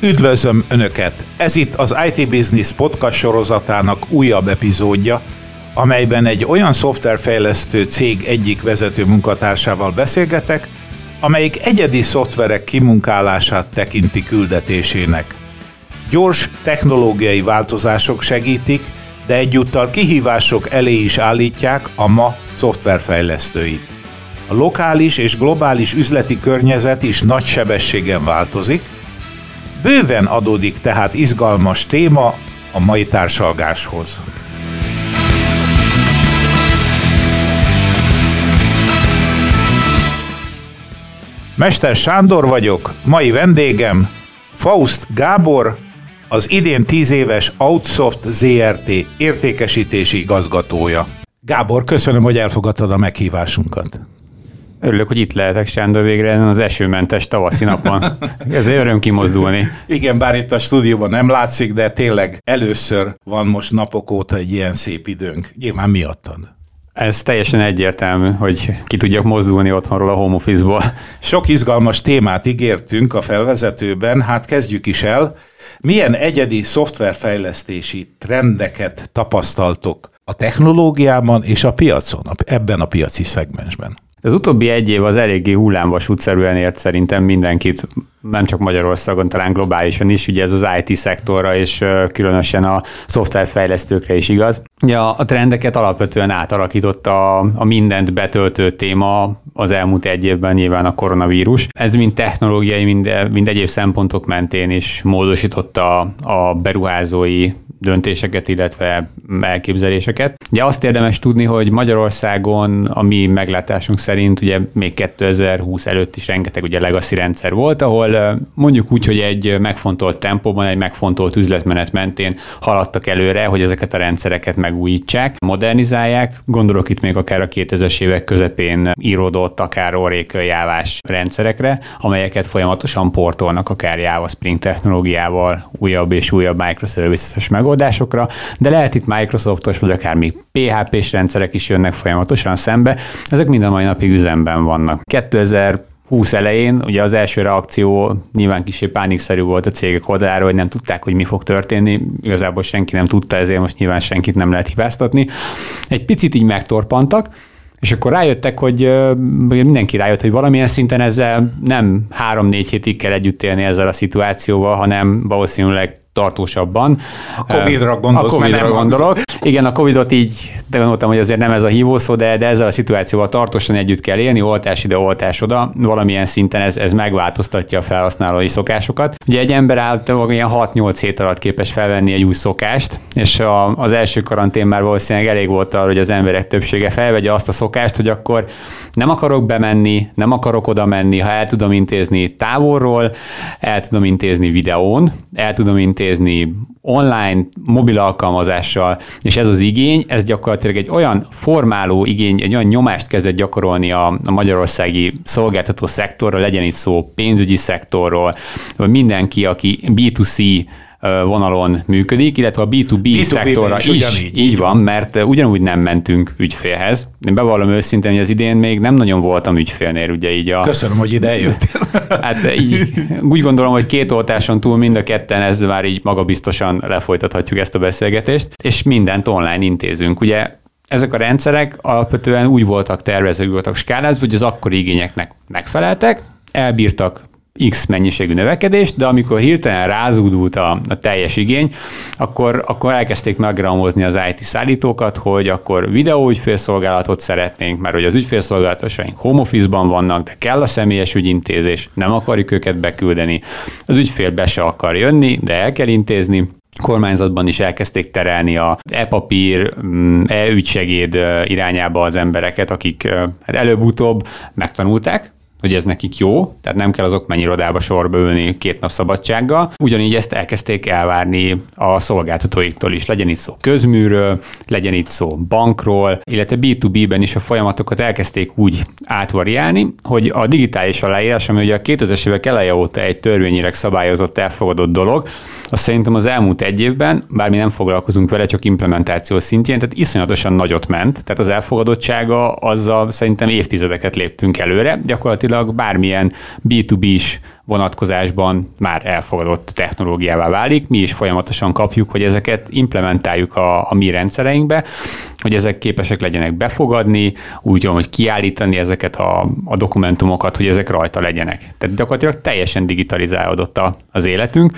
Üdvözlöm Önöket! Ez itt az IT Business podcast sorozatának újabb epizódja, amelyben egy olyan szoftverfejlesztő cég egyik vezető munkatársával beszélgetek, amelyik egyedi szoftverek kimunkálását tekinti küldetésének. Gyors technológiai változások segítik, de egyúttal kihívások elé is állítják a ma szoftverfejlesztőit. A lokális és globális üzleti környezet is nagy sebességen változik, bőven adódik tehát izgalmas téma a mai társalgáshoz. Mester Sándor vagyok, mai vendégem Faust Gábor, az idén 10 éves Outsoft Zrt. Értékesítési igazgatója. Gábor, köszönöm, hogy elfogadtad a meghívásunkat. Örülök, hogy itt lehetek, Sándor, végre az esőmentes tavaszi napon. Ezért öröm kimozdulni. Igen, bár itt a stúdióban nem látszik, de tényleg először van most napok óta egy ilyen szép időnk. Nyilván miattad. Ez teljesen egyértelmű, hogy ki tudjak mozdulni otthonról a home office-ból. Sok izgalmas témát ígértünk a felvezetőben, hát kezdjük is el. Milyen egyedi szoftverfejlesztési trendeket tapasztaltok a technológiában és a piacon, ebben a piaci szegmensben? Az utóbbi egy év az eléggé hullámvasútszerűen ért szerintem mindenkit, nem csak Magyarországon, talán globálisan is, ugye ez az IT szektorra és különösen a szoftverfejlesztőkre is igaz. Ugye a trendeket alapvetően átalakította a mindent betöltő téma az elmúlt egy évben, nyilván a koronavírus. Ez mind technológiai, mind egyéb szempontok mentén is módosította a beruházói döntéseket, illetve elképzeléseket. Ugye azt érdemes tudni, hogy Magyarországon a mi meglátásunk szerint ugye még 2020 előtt is rengeteg ugye legacy rendszer volt, ahol mondjuk úgy, hogy egy megfontolt tempóban, egy megfontolt üzletmenet mentén haladtak előre, hogy ezeket a rendszereket megújítsák, modernizálják. Gondolok itt még akár a 2000-es évek közepén íródott, akár Oracle Jávás rendszerekre, amelyeket folyamatosan portolnak akár Java Spring technológiával újabb és újabb microservices megoldásokra, de lehet itt Microsoftos, vagy akár még PHP-s rendszerek is jönnek folyamatosan szembe. Ezek mind a mai napig üzemben vannak. 2020 elején ugye az első reakció nyilván kicsit pánikszerű volt a cégek oldaláról, hogy nem tudták, hogy mi fog történni. Igazából senki nem tudta, ezért most nyilván senkit nem lehet hibáztatni. Egy picit így megtorpantak, és akkor rájöttek, hogy mindenki rájött, hogy valamilyen szinten ezzel nem 3-4 hétig kell együtt élni ezzel a szituációval, hanem valószínűleg tartósabban. A Covid-ra gondolsz, gondolok. Igen, a Covid-ot így gondoltam, hogy azért nem ez a hívószó, de ezzel a szituációval tartósan együtt kell élni, oltás ide, oltás oda. Valamilyen szinten ez megváltoztatja a felhasználói szokásokat. Ugye egy ember általában ilyen 6-8 hét alatt képes felvenni egy új szokást, és az első karantén már valószínűleg elég volt arra, hogy az emberek többsége felvegye azt a szokást, hogy akkor nem akarok bemenni, nem akarok oda menni, ha el tudom intézni távolról, el tudom intézni videón, el tudom intézni online, mobil alkalmazással, és ez az igény, ez gyakorlatilag egy olyan formáló igény, egy olyan nyomást kezdett gyakorolni a magyarországi szolgáltató szektorra, legyen itt szó pénzügyi szektorról, vagy mindenki, aki B2C vonalon működik, illetve a B2B szektorra is így van, mert ugyanúgy nem mentünk ügyfélhez. Én bevallom őszintén, hogy az idén még nem nagyon voltam ügyfélnél, ugye így Köszönöm, hogy ide eljöttél. Hát így, úgy gondolom, hogy 2 oltáson túl mind a ketten ez már így magabiztosan lefolytathatjuk ezt a beszélgetést, és mindent online intézünk. Ugye ezek a rendszerek alapvetően úgy voltak tervezve, úgy voltak skálázva, hogy az akkori igényeknek megfeleltek, elbírtak X mennyiségű növekedést, de amikor hirtelen rázúdult a teljes igény, akkor elkezdték meggramozni az IT szállítókat, hogy akkor videó ügyfélszolgálatot szeretnénk, mert hogy az ügyfélszolgáltatósaink home office-ban vannak, de kell a személyes ügyintézés, nem akarjuk őket beküldeni. Az ügyfél be se akar jönni, de el kell intézni. Kormányzatban is elkezdték terelni a e-papír, e-ügysegéd irányába az embereket, akik előbb-utóbb megtanulták, hogy ez nekik jó, tehát nem kell az okmányirodába sorba ülni 2 nap szabadsággal. Ugyanígy ezt elkezdték elvárni a szolgáltatóiktól is. Legyen itt szó közműről, legyen itt szó bankról, illetve B2B-ben is a folyamatokat elkezdték úgy átvariálni, hogy a digitális aláírás, ami ugye a 2000-es évek eleje óta egy törvényileg szabályozott, elfogadott dolog, azt szerintem az elmúlt egy évben, bár mi nem foglalkozunk vele, csak implementáció szintjén, tehát iszonyatosan nagyot ment, tehát az elfogadottsága, azzal szerintem évtizedeket léptünk előre, gyakorlatilag gyakorlatilag bármilyen B2B-s vonatkozásban már elfogadott technológiává válik. Mi is folyamatosan kapjuk, hogy ezeket implementáljuk a mi rendszereinkbe, hogy ezek képesek legyenek befogadni, úgy, hogy kiállítani ezeket a dokumentumokat, hogy ezek rajta legyenek. Tehát gyakorlatilag teljesen digitalizálódott az életünk.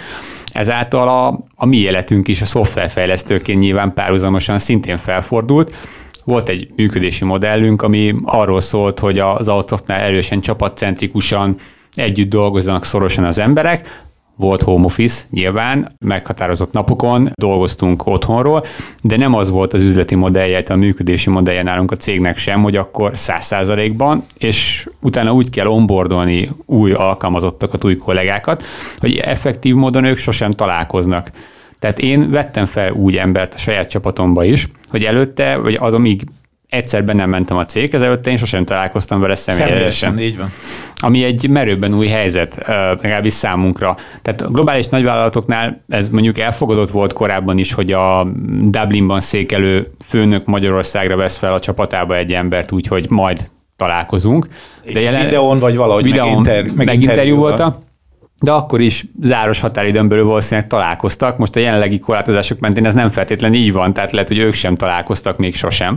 Ezáltal a mi életünk is a szoftverfejlesztőként nyilván párhuzamosan szintén felfordult. Volt egy működési modellünk, ami arról szólt, hogy az Outsoftnál erősen csapatcentrikusan együtt dolgozzanak szorosan az emberek. Volt home office, nyilván, meghatározott napokon dolgoztunk otthonról, de nem az volt az üzleti modellje, a működési modellje nálunk a cégnek sem, hogy akkor 100%-ban, és utána úgy kell onboardolni új alkalmazottakat, új kollégákat, hogy effektív módon ők sosem találkoznak. Tehát én vettem fel úgy embert a saját csapatomba is, hogy előtte, vagy az, amíg egyszer bennem mentem a céghez, előtte én sosem találkoztam vele személyesen. Így van. Ami egy merőben új helyzet, legalábbis számunkra. Tehát a globális nagyvállalatoknál ez mondjuk elfogadott volt korábban is, hogy a Dublinban székelő főnök Magyarországra vesz fel a csapatába egy embert úgy, hogy majd találkozunk. De videón vagy valahogy meginterjú volt. De akkor is záros határidőn belül valószínűleg találkoztak. Most a jelenlegi korlátozások mentén ez nem feltétlenül így van, tehát lehet, hogy ők sem találkoztak még sosem.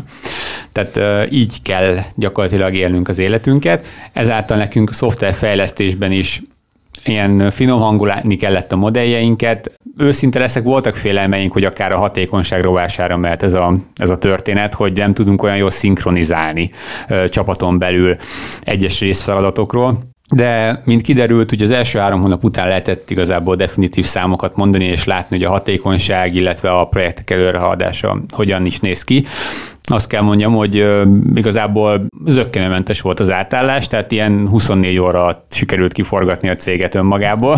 Tehát így kell gyakorlatilag élnünk az életünket. Ezáltal nekünk a szoftverfejlesztésben is ilyen finom hangolni kellett a modelljeinket. Őszinte leszek, voltak félelmeink, hogy akár a hatékonyság rovására mehet ez a történet, hogy nem tudunk olyan jól szinkronizálni csapaton belül egyes részfeladatokról. De, mint kiderült, ugye az első 3 hónap után lehetett igazából definitív számokat mondani, és látni, hogy a hatékonyság, illetve a projektek előrehaladása hogyan is néz ki. Azt kell mondjam, hogy igazából zökkenőmentes volt az átállás, tehát ilyen 24 óra alatt sikerült kiforgatni a céget önmagából.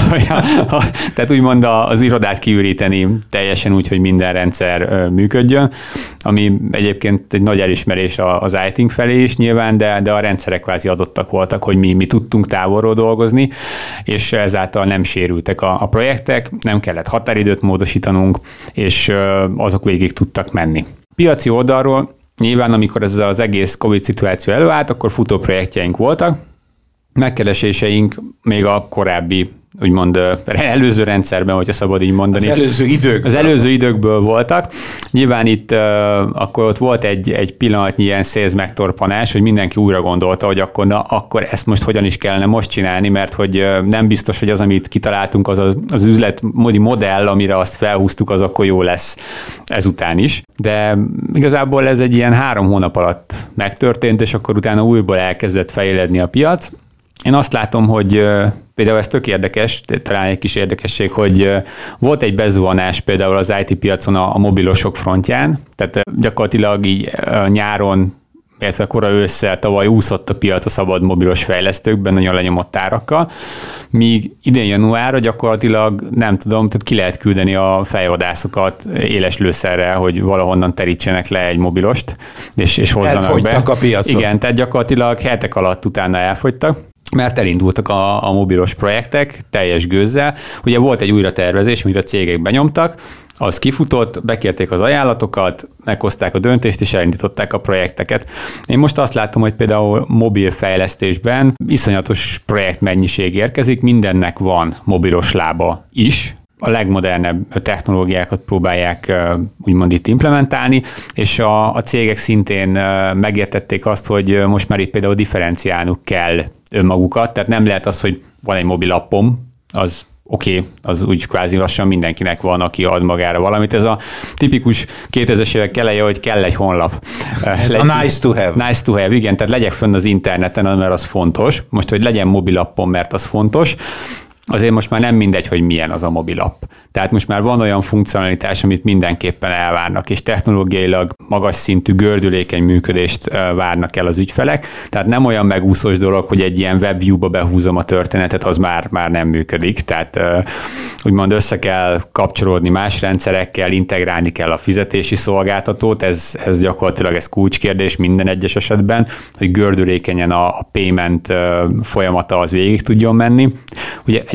Tehát úgymond az irodát kiüríteni teljesen úgy, hogy minden rendszer működjön, ami egyébként egy nagy elismerés az IT-nk felé is nyilván, de a rendszerek kvázi adottak voltak, hogy mi tudtunk távolról dolgozni, és ezáltal nem sérültek a projektek, nem kellett határidőt módosítanunk, és azok végig tudtak menni. Piaci oldalról nyilván, amikor ez az egész Covid szituáció előállt, akkor futó projektjeink voltak, megkereséseink még a korábbi, úgymond előző rendszerben, hogyha szabad így mondani. Az előző időkből voltak. Nyilván itt akkor ott volt egy pillanatnyi ilyen sales megtorpanás, hogy mindenki újra gondolta, hogy akkor ezt most hogyan is kellene most csinálni, mert hogy nem biztos, hogy az, amit kitaláltunk, az üzletmódi modell, amire azt felhúztuk, az akkor jó lesz ezután is. De igazából ez egy ilyen 3 hónap alatt megtörtént, és akkor utána újból elkezdett fejlődni a piac. Én azt látom, hogy például ez tök érdekes, talán egy kis érdekesség, hogy volt egy bezuhanás például az IT piacon a mobilosok frontján, tehát gyakorlatilag így nyáron, illetve kora ősszel tavaly úszott a piac a szabad mobilos fejlesztőkben, nagyon lenyomott árakkal, míg idén januárra gyakorlatilag nem tudom, tehát ki lehet küldeni a fejvadászokat éles lőszerrel, hogy valahonnan terítsenek le egy mobilost, és hozzanak elfogytak be. A piacon. Igen, tehát gyakorlatilag hetek alatt utána elfogytak, mert elindultak a mobilos projektek teljes gőzzel. Ugye volt egy újratervezés, amit a cégek benyomtak, az kifutott, bekérték az ajánlatokat, meghozták a döntést, és elindították a projekteket. Én most azt látom, hogy például mobil fejlesztésben iszonyatos projektmennyiség érkezik, mindennek van mobilos lába is, a legmodernebb technológiákat próbálják úgymond itt implementálni, és a cégek szintén megértették azt, hogy most már itt például differenciálnuk kell önmagukat, tehát nem lehet az, hogy van egy mobil appom, az oké, az úgy kvázi lassan mindenkinek van, aki ad magára valamit. Ez a tipikus 2000-es évek eleje, hogy kell egy honlap. Ez a nice to have. Nice to have, igen, tehát legyek fönn az interneten, mert az fontos. Most, hogy legyen mobil appom, mert az fontos. Azért most már nem mindegy, hogy milyen az a mobil app. Tehát most már van olyan funkcionalitás, amit mindenképpen elvárnak, és technológiailag magas szintű, gördülékeny működést várnak el az ügyfelek. Tehát nem olyan megúszós dolog, hogy egy ilyen webview-ba behúzom a történetet, az már nem működik. Tehát úgymond össze kell kapcsolódni más rendszerekkel, integrálni kell a fizetési szolgáltatót, ez gyakorlatilag ez kulcskérdés minden egyes esetben, hogy gördülékenyen a payment folyamata az végig tudjon menni. Ugye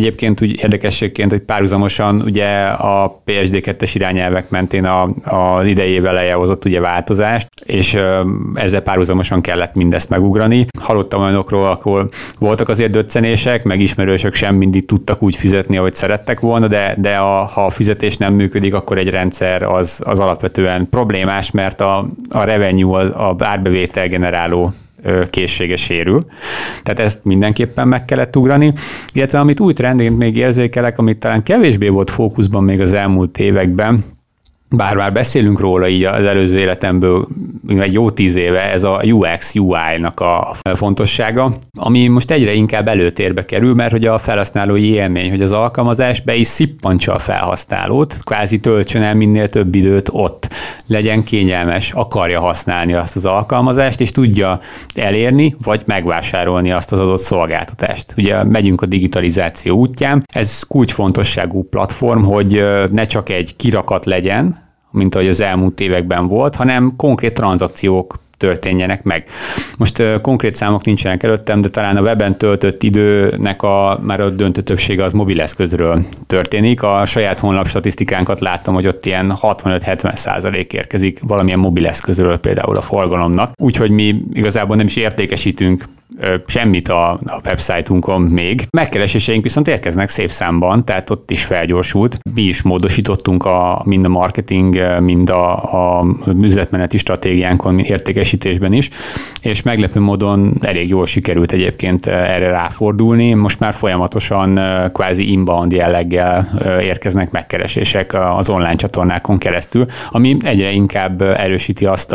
Egyébként úgy érdekességként, hogy párhuzamosan ugye a PSD2-es irányelvek mentén az idei év eleje hozott ugye változást, és ezzel párhuzamosan kellett mindezt megugrani. Hallottam olyanokról, akkor voltak azért döccenések, meg ismerősök sem mindig tudtak úgy fizetni, ahogy szerettek volna, de ha a fizetés nem működik, akkor egy rendszer az alapvetően problémás, mert a revenue, a árbevétel generáló készsége sérül. Tehát ezt mindenképpen meg kellett ugrani. Illetve amit új trendként még érzékelek, amit talán kevésbé volt fókuszban még az elmúlt években, bár már beszélünk róla így az előző életemből egy jó 10 éve, ez a UX, UI-nak a fontossága, ami most egyre inkább előtérbe kerül, mert hogy a felhasználói élmény, hogy az alkalmazás be is szippantsa a felhasználót, kvázi töltsön el minél több időt ott, legyen kényelmes, akarja használni azt az alkalmazást, és tudja elérni, vagy megvásárolni azt az adott szolgáltatást. Ugye megyünk a digitalizáció útján, ez kulcsfontosságú platform, hogy ne csak egy kirakat legyen, mint ahogy az elmúlt években volt, hanem konkrét tranzakciók történjenek meg. Most konkrét számok nincsenek előttem, de talán a weben töltött időnek már a döntő többsége az mobileszközről történik. A saját honlap statisztikánkat láttam, hogy ott ilyen 65-70% érkezik valamilyen mobileszközről például a forgalomnak. Úgyhogy mi igazából nem is értékesítünk semmit a websájtunkon még. Megkereséseink viszont érkeznek szép számban, tehát ott is felgyorsult. Mi is módosítottunk mind a marketing, mind a üzletmeneti stratégiánkon, értékesítésben is, és meglepő módon elég jól sikerült egyébként erre ráfordulni. Most már folyamatosan kvázi inbound jelleggel érkeznek megkeresések az online csatornákon keresztül, ami egyre inkább erősíti azt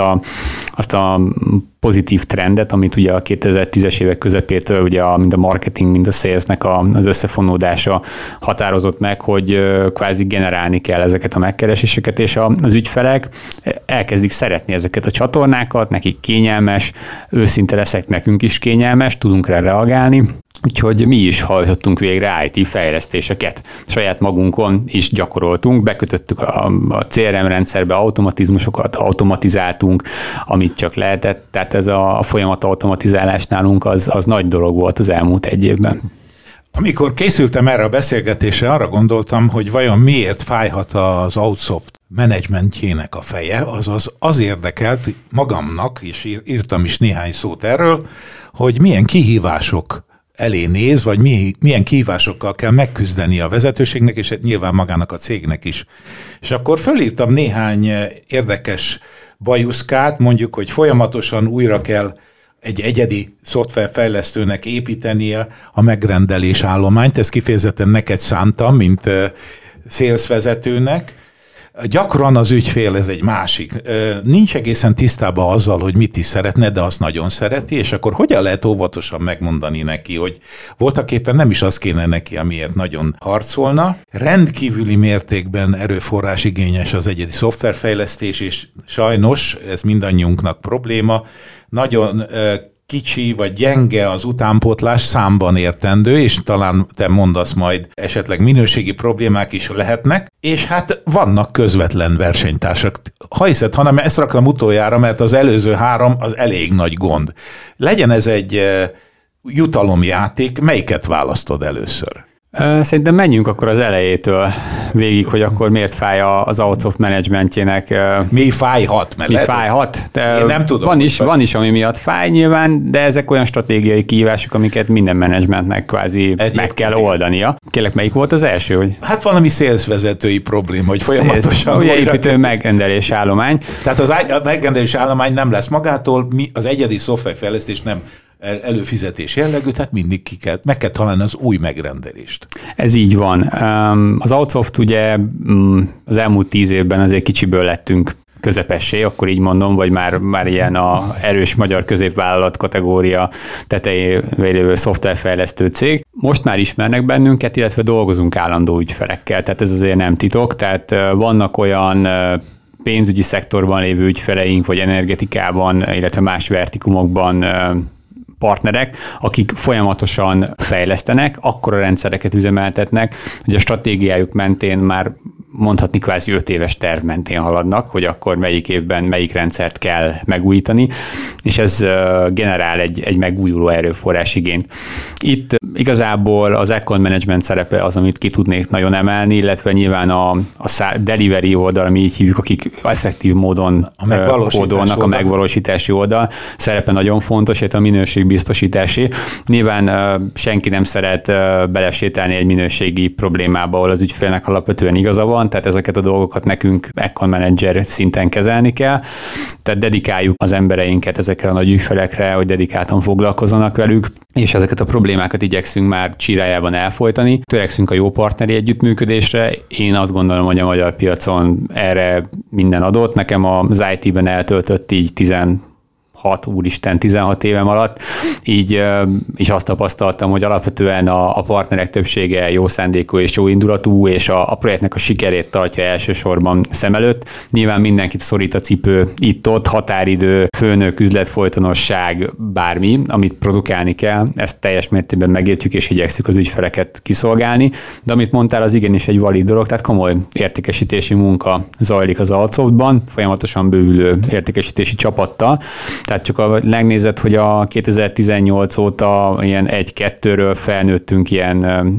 a pozitív trendet, amit ugye a 2010-es évek közepétől ugye mind a marketing, mind a salesnek az összefonódása határozott meg, hogy kvázi generálni kell ezeket a megkereséseket, és az ügyfelek elkezdik szeretni ezeket a csatornákat, nekik kényelmes, őszinte leszek, nekünk is kényelmes, tudunk rá reagálni. Úgyhogy mi is hajtottunk végre IT fejlesztéseket. Saját magunkon is gyakoroltunk, bekötöttük a CRM rendszerbe automatizmusokat, automatizáltunk, amit csak lehetett. Tehát ez a folyamat automatizálás nálunk az nagy dolog volt az elmúlt egy évben. Amikor készültem erre a beszélgetésre, arra gondoltam, hogy vajon miért fájhat az Outsoft menedzsmentjének a feje, azaz az érdekelt magamnak, és írtam is néhány szót erről, hogy milyen kihívások elé néz, vagy milyen kihívásokkal kell megküzdeni a vezetőségnek, és nyilván magának a cégnek is. És akkor fölírtam néhány érdekes bajuszkát, mondjuk, hogy folyamatosan újra kell egy egyedi szoftverfejlesztőnek építenie a megrendelés állományt, ezt kifejezetten neked szántam, mint sales vezetőnek. Gyakran az ügyfél, ez egy másik, nincs egészen tisztában azzal, hogy mit is szeretne, de azt nagyon szereti, és akkor hogyan lehet óvatosan megmondani neki, hogy voltaképpen nem is az kéne neki, amiért nagyon harcolna. Rendkívüli mértékben erőforrásigényes az egyedi szoftverfejlesztés, és sajnos ez mindannyiunknak probléma, nagyon kicsi vagy gyenge az utánpótlás számban értendő, és talán te mondasz majd esetleg minőségi problémák is lehetnek, és hát vannak közvetlen versenytársak. Ha hiszed, hanem ezt raktam utoljára, mert az előző 3 az elég nagy gond. Legyen ez egy jutalomjáték, melyiket választod először? Szerintem menjünk akkor az elejétől végig, hogy akkor miért fáj az Outsoft menedzsmentjének. Mi fájhat? Mi fájhat? Én nem tudom. Van is, ami miatt fáj nyilván, de ezek olyan stratégiai kihívások, amiket minden menedzsmentnek kvázi meg kell oldania. Kérlek, melyik volt az első? Hogy... Hát valami sales vezetői probléma, hogy folyamatosan... Ugye építő megrendelés állomány. Tehát a megrendelés állomány nem lesz magától, az egyedi szoftverfejlesztés nem előfizetés jellegű, tehát mindig meg kell találni az új megrendelést. Ez így van. Az Outsoft ugye az elmúlt 10 évben azért kicsiből lettünk közepessé, akkor így mondom, vagy már ilyen a erős magyar középvállalat kategória tetején lévő szoftverfejlesztő cég. Most már ismernek bennünket, illetve dolgozunk állandó ügyfelekkel, tehát ez azért nem titok, tehát vannak olyan pénzügyi szektorban lévő ügyfeleink, vagy energetikában, illetve más vertikumokban partnerek, akik folyamatosan fejlesztenek, akkora rendszereket üzemeltetnek, hogy a stratégiájuk mentén már mondhatni kvázi 5 éves terv mentén haladnak, hogy akkor melyik évben melyik rendszert kell megújítani, és ez generál egy megújuló erőforrás igényt. Itt igazából az account management szerepe az, amit ki tudnék nagyon emelni, illetve nyilván a delivery oldal, ami így hívjuk, akik effektív módon kódolnak, a megvalósítási oldal szerepe nagyon fontos, illetve a minőségbiztosítási. Nyilván senki nem szeret belesétálni egy minőségi problémába, ahol az ügyfélnek alapvetően igaza van, tehát ezeket a dolgokat nekünk account manager szinten kezelni kell, tehát dedikáljuk az embereinket ezekre a nagy ügyfelekre, hogy dedikáltan foglalkozzanak velük, és ezeket a problémákat igyekszünk már csirájában elfolytani. Törekszünk a jó partneri együttműködésre. Én azt gondolom, hogy a magyar piacon erre minden adott. Nekem az IT-ben eltöltött így 16 évem alatt, így is azt tapasztaltam, hogy alapvetően a partnerek többsége jó szándékú és jó indulatú, és a projektnek a sikerét tartja elsősorban szem előtt. Nyilván mindenkit szorít a cipő itt-ott, határidő, főnök, üzletfolytonosság, bármi, amit produkálni kell, ezt teljes mértékben megértjük, és igyekszük az ügyfeleket kiszolgálni, de amit mondtál, az igenis egy valid dolog, tehát komoly értékesítési munka zajlik az Altsoftban, folyamatosan bővülő értékesítési csapattal. Tehát csak megnézed, hogy a 2018 óta ilyen 1-2-ről felnőttünk ilyen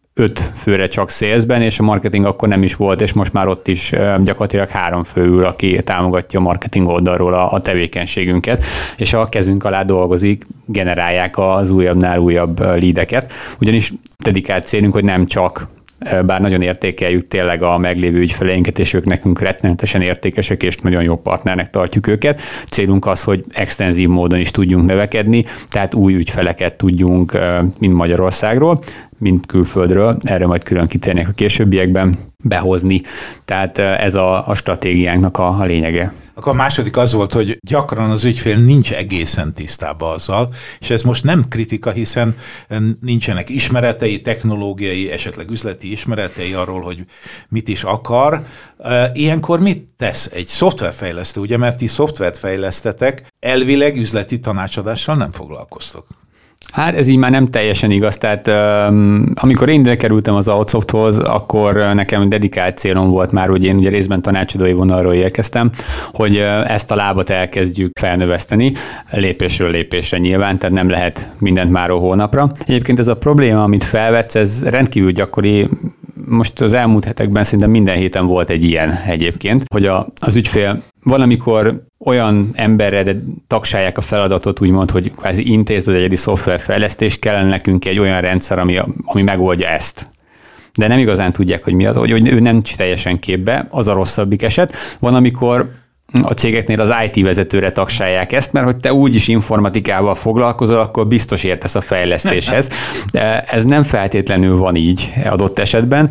5 főre csak salesben, és a marketing akkor nem is volt, és most már ott is gyakorlatilag 3 fő ül, aki támogatja a marketing oldalról a tevékenységünket, és a kezünk alá dolgozik, generálják az újabbnál újabb leadeket. Ugyanis dedikált célunk, hogy nem csak, bár nagyon értékeljük tényleg a meglévő ügyfeleinket, és ők nekünk rettenetesen értékesek, és nagyon jó partnernek tartjuk őket. Célunk az, hogy extenzív módon is tudjunk növekedni, tehát új ügyfeleket tudjunk mind Magyarországról, mind külföldről, erre majd külön kitérnék a későbbiekben, behozni. Tehát ez a stratégiánknak a lényege. Akkor a második az volt, hogy gyakran az ügyfél nincs egészen tisztában azzal, és ez most nem kritika, hiszen nincsenek ismeretei, technológiai, esetleg üzleti ismeretei arról, hogy mit is akar. Ilyenkor mit tesz egy szoftverfejlesztő, ugye, mert ti szoftvert fejlesztetek, elvileg üzleti tanácsadással nem foglalkoztok. Hát ez így már nem teljesen igaz, tehát amikor én ide kerültem az Altsofthoz, akkor nekem dedikált célom volt már, hogy én ugye részben tanácsadói vonalról érkeztem, hogy ezt a lábat elkezdjük felnöveszteni, lépésről lépésre nyilván, tehát nem lehet mindent máról holnapra. Egyébként ez a probléma, amit felvetsz, ez rendkívül gyakori, most az elmúlt hetekben szerintem minden héten volt egy ilyen egyébként, hogy az ügyfél valamikor olyan emberre tagsálják a feladatot, úgymond, hogy kvázi intézd az egyedi szoftverfejlesztést, kellene nekünk egy olyan rendszer, ami megoldja ezt. De nem igazán tudják, hogy mi az, hogy ő nem teljesen képbe, az a rosszabbik eset. Van, amikor a cégeknél az IT vezetőre tagsálják ezt, mert hogy te úgyis informatikával foglalkozol, akkor biztos értesz a fejlesztéshez. De ez nem feltétlenül van így adott esetben.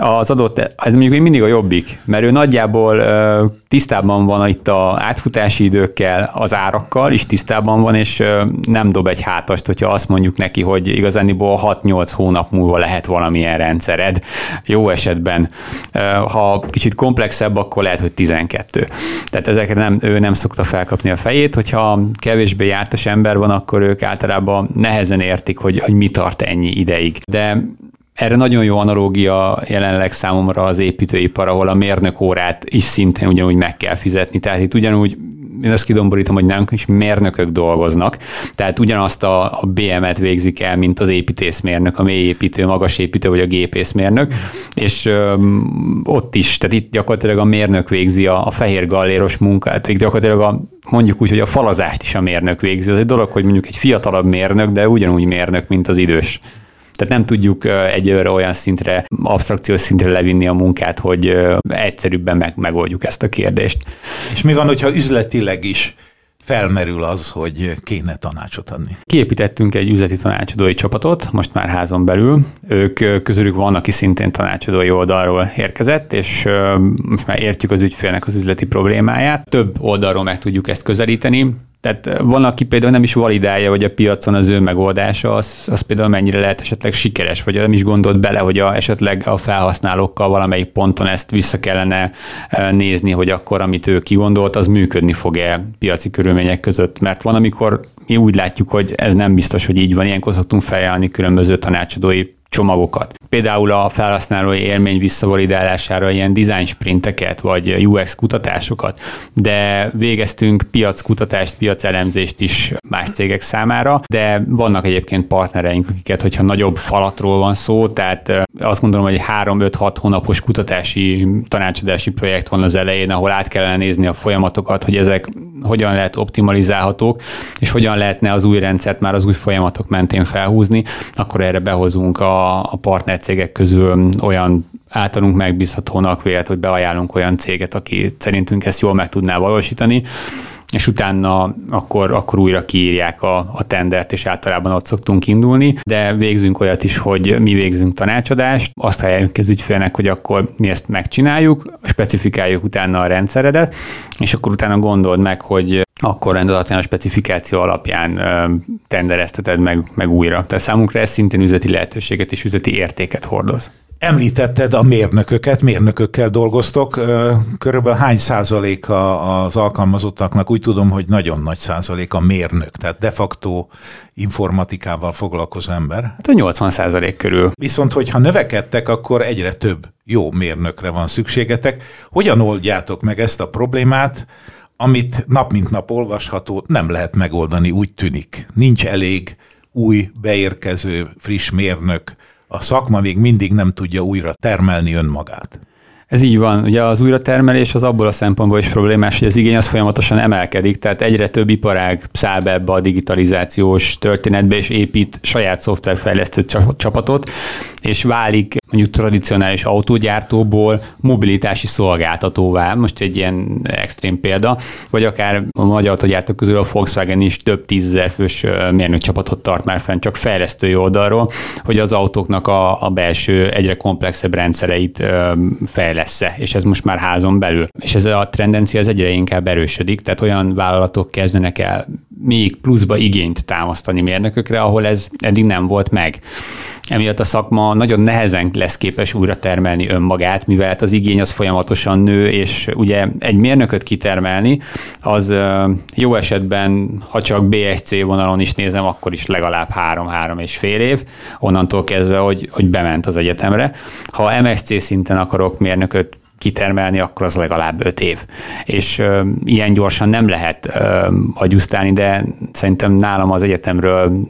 Ez mondjuk mindig a jobbik, mert ő nagyjából tisztában van itt az átfutási időkkel, az árakkal is tisztában van, és nem dob egy hátast, hogyha azt mondjuk neki, hogy igazániból 6-8 hónap múlva lehet valamilyen rendszered. Jó esetben. Ha kicsit komplexebb, akkor lehet, hogy 12. Tehát ezekre ő nem szokta felkapni a fejét, hogyha kevésbé jártas ember van, akkor ők általában nehezen értik, hogy mi tart ennyi ideig. De erre nagyon jó analógia jelenleg számomra az építőipar, ahol a mérnökórát is szintén ugyanúgy meg kell fizetni. Tehát itt ugyanúgy, én ezt kidomborítom, hogy nem is mérnökök dolgoznak, tehát ugyanazt a BM-et végzik el, mint az építészmérnök, a mélyépítő, magasépítő vagy a gépészmérnök, és ott is, tehát itt gyakorlatilag a mérnök végzi a fehér galléros munkát, gyakorlatilag mondjuk úgy, hogy a falazást is a mérnök végzi. Az egy dolog, hogy mondjuk egy fiatalabb mérnök, de ugyanúgy mérnök, mint az idős. Tehát nem tudjuk egyelőre olyan szintre, absztrakciós szintre levinni a munkát, hogy egyszerűbben megoldjuk ezt a kérdést. És mi van, hogyha üzletileg is felmerül az, hogy kéne tanácsot adni? Kiépítettünk egy üzleti tanácsadói csapatot, most már házon belül. Ők közülük van, aki szintén tanácsadói oldalról érkezett, és most már értjük az ügyfélnek az üzleti problémáját. Több oldalról meg tudjuk ezt közelíteni. Tehát van, aki például nem is validálja, hogy a piacon az ő megoldása, az például mennyire lehet esetleg sikeres, vagy nem is gondolt bele, hogy esetleg a felhasználókkal valamelyik ponton ezt vissza kellene nézni, hogy akkor, amit ő kigondolt, az működni fog-e piaci körülmények között. Mert van, amikor mi úgy látjuk, hogy ez nem biztos, hogy így van, ilyenkor szoktunk felajánlani különböző tanácsadói csomagokat. Például a felhasználói élmény visszavalidálására ilyen design sprinteket, vagy UX kutatásokat, de végeztünk piackutatást, piacelemzést is más cégek számára, de vannak egyébként partnereink, akiket, hogyha nagyobb falatról van szó, tehát azt gondolom, hogy 3-5-6 hónapos kutatási, tanácsadási projekt van az elején, ahol át kellene nézni a folyamatokat, hogy ezek hogyan lehet optimalizálhatók, és hogyan lehetne az új rendszert már az új folyamatok mentén felhúzni, akkor erre behozunk a partnercégek közül olyan általunk megbízhatónak vélt, hogy beajánlunk olyan céget, aki szerintünk ezt jól meg tudná valósítani, és utána akkor újra kiírják a tendert, és általában ott szoktunk indulni, de végzünk olyat is, hogy mi végzünk tanácsadást, azt ajánljuk az ügyfélnek, hogy akkor mi ezt megcsináljuk, specifikáljuk utána a rendszeredet, és akkor utána gondold meg, hogy akkor rendezetlen a specifikáció alapján tenderezteted meg újra. Tehát számunkra ez szintén üzleti lehetőséget és üzleti értéket hordoz. Említetted a mérnököket, mérnökökkel dolgoztok. Körülbelül hány százaléka az alkalmazottaknak? Úgy tudom, hogy nagyon nagy százalék a mérnök, tehát de facto informatikával foglalkozó ember. Hát a 80% körül. Viszont, hogyha növekedtek, akkor egyre több jó mérnökre van szükségetek. Hogyan oldjátok meg ezt a problémát, amit nap mint nap olvasható, nem lehet megoldani, úgy tűnik. Nincs elég új, beérkező, friss mérnök, a szakma még mindig nem tudja újra termelni önmagát. Ez így van. Ugye az újratermelés az abból a szempontból is problémás, hogy az igény az folyamatosan emelkedik, tehát egyre több iparág száll be ebbe a digitalizációs történetbe, és épít saját szoftverfejlesztő csapatot, és válik mondjuk tradicionális autógyártóból mobilitási szolgáltatóvá. Most egy ilyen extrém példa, vagy akár a magyar autógyártók közül a Volkswagen is több 10 000 fős mérnökcsapatot tart már fenn csak fejlesztői oldalról, hogy az autóknak a belső egyre komplexebb rendszereit fejlessze, és ez most már házon belül. És ez a tendencia az egyre inkább erősödik, tehát olyan vállalatok kezdenek el még pluszba igényt támasztani mérnökökre, ahol ez eddig nem volt meg. Emiatt a szakma nagyon nehezen lesz képes újra termelni önmagát, mivel az igény az folyamatosan nő, és ugye egy mérnököt kitermelni, az jó esetben, ha csak BSC vonalon is nézem, akkor is legalább 3-3,5 év, onnantól kezdve, hogy bement az egyetemre. Ha MSC szinten akarok mérnököt kitermelni, akkor az legalább 5 év. És ilyen gyorsan nem lehet agyusztálni, de szerintem nálam az egyetemről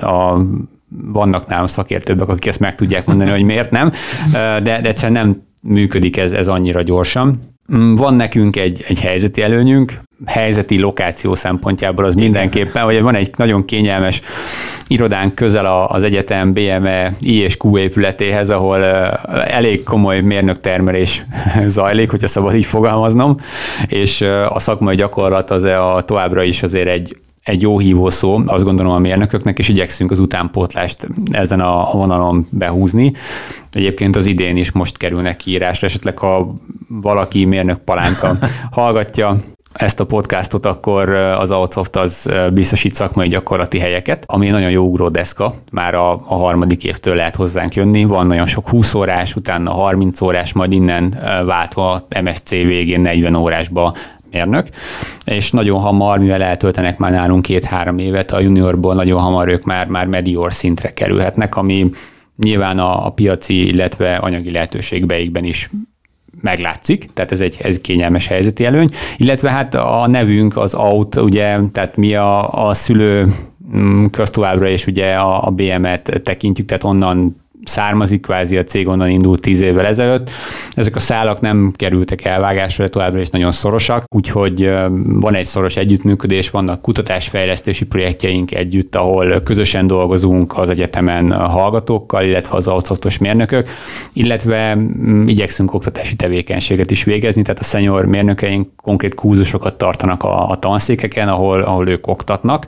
vannak nálam szakértőbbek, akik ezt meg tudják mondani, hogy miért nem, de egyszerűen nem működik ez annyira gyorsan. Van nekünk egy helyzeti előnyünk, helyzeti lokáció szempontjából az mindenképpen, vagy van egy nagyon kényelmes irodánk közel az egyetem BME I&Q épületéhez, ahol elég komoly mérnöktermelés zajlik, hogyha szabad így fogalmaznom, és a szakmai gyakorlat az továbbra is azért egy jó hívószó, azt gondolom a mérnököknek, és igyekszünk az utánpótlást ezen a vonalon behúzni. Egyébként az idén is most kerülnek kiírásra, esetleg ha valaki mérnök palánka hallgatja ezt a podcastot, akkor az Outsoft az biztosít szakmai gyakorlati helyeket, ami nagyon jó ugródeszka, már a harmadik évtől lehet hozzánk jönni, van nagyon sok 20 órás, utána 30 órás, majd innen váltva MSC végén 40 órásba mérnök, és nagyon hamar, mivel eltöltenek már nálunk 2-3 évet, a juniorból nagyon hamar ők már medior szintre kerülhetnek, ami nyilván a piaci, illetve anyagi lehetőségbeikben is meglátszik, tehát ez egy kényelmes helyzeti előny, illetve hát a nevünk az Out, ugye, tehát mi a szülő köztovábbra is ugye a BM-et tekintjük, tehát onnan származik kvázi a cég, onnan indult 10 évvel ezelőtt. Ezek a szálak nem kerültek elvágásra, de továbbra is nagyon szorosak, úgyhogy van egy szoros együttműködés, vannak kutatásfejlesztési projektjeink együtt, ahol közösen dolgozunk az egyetemen a hallgatókkal, illetve az Outsoftos mérnökök, illetve igyekszünk oktatási tevékenységet is végezni, tehát a senior mérnökeink konkrét kurzusokat tartanak a tanszékeken, ahol ők oktatnak,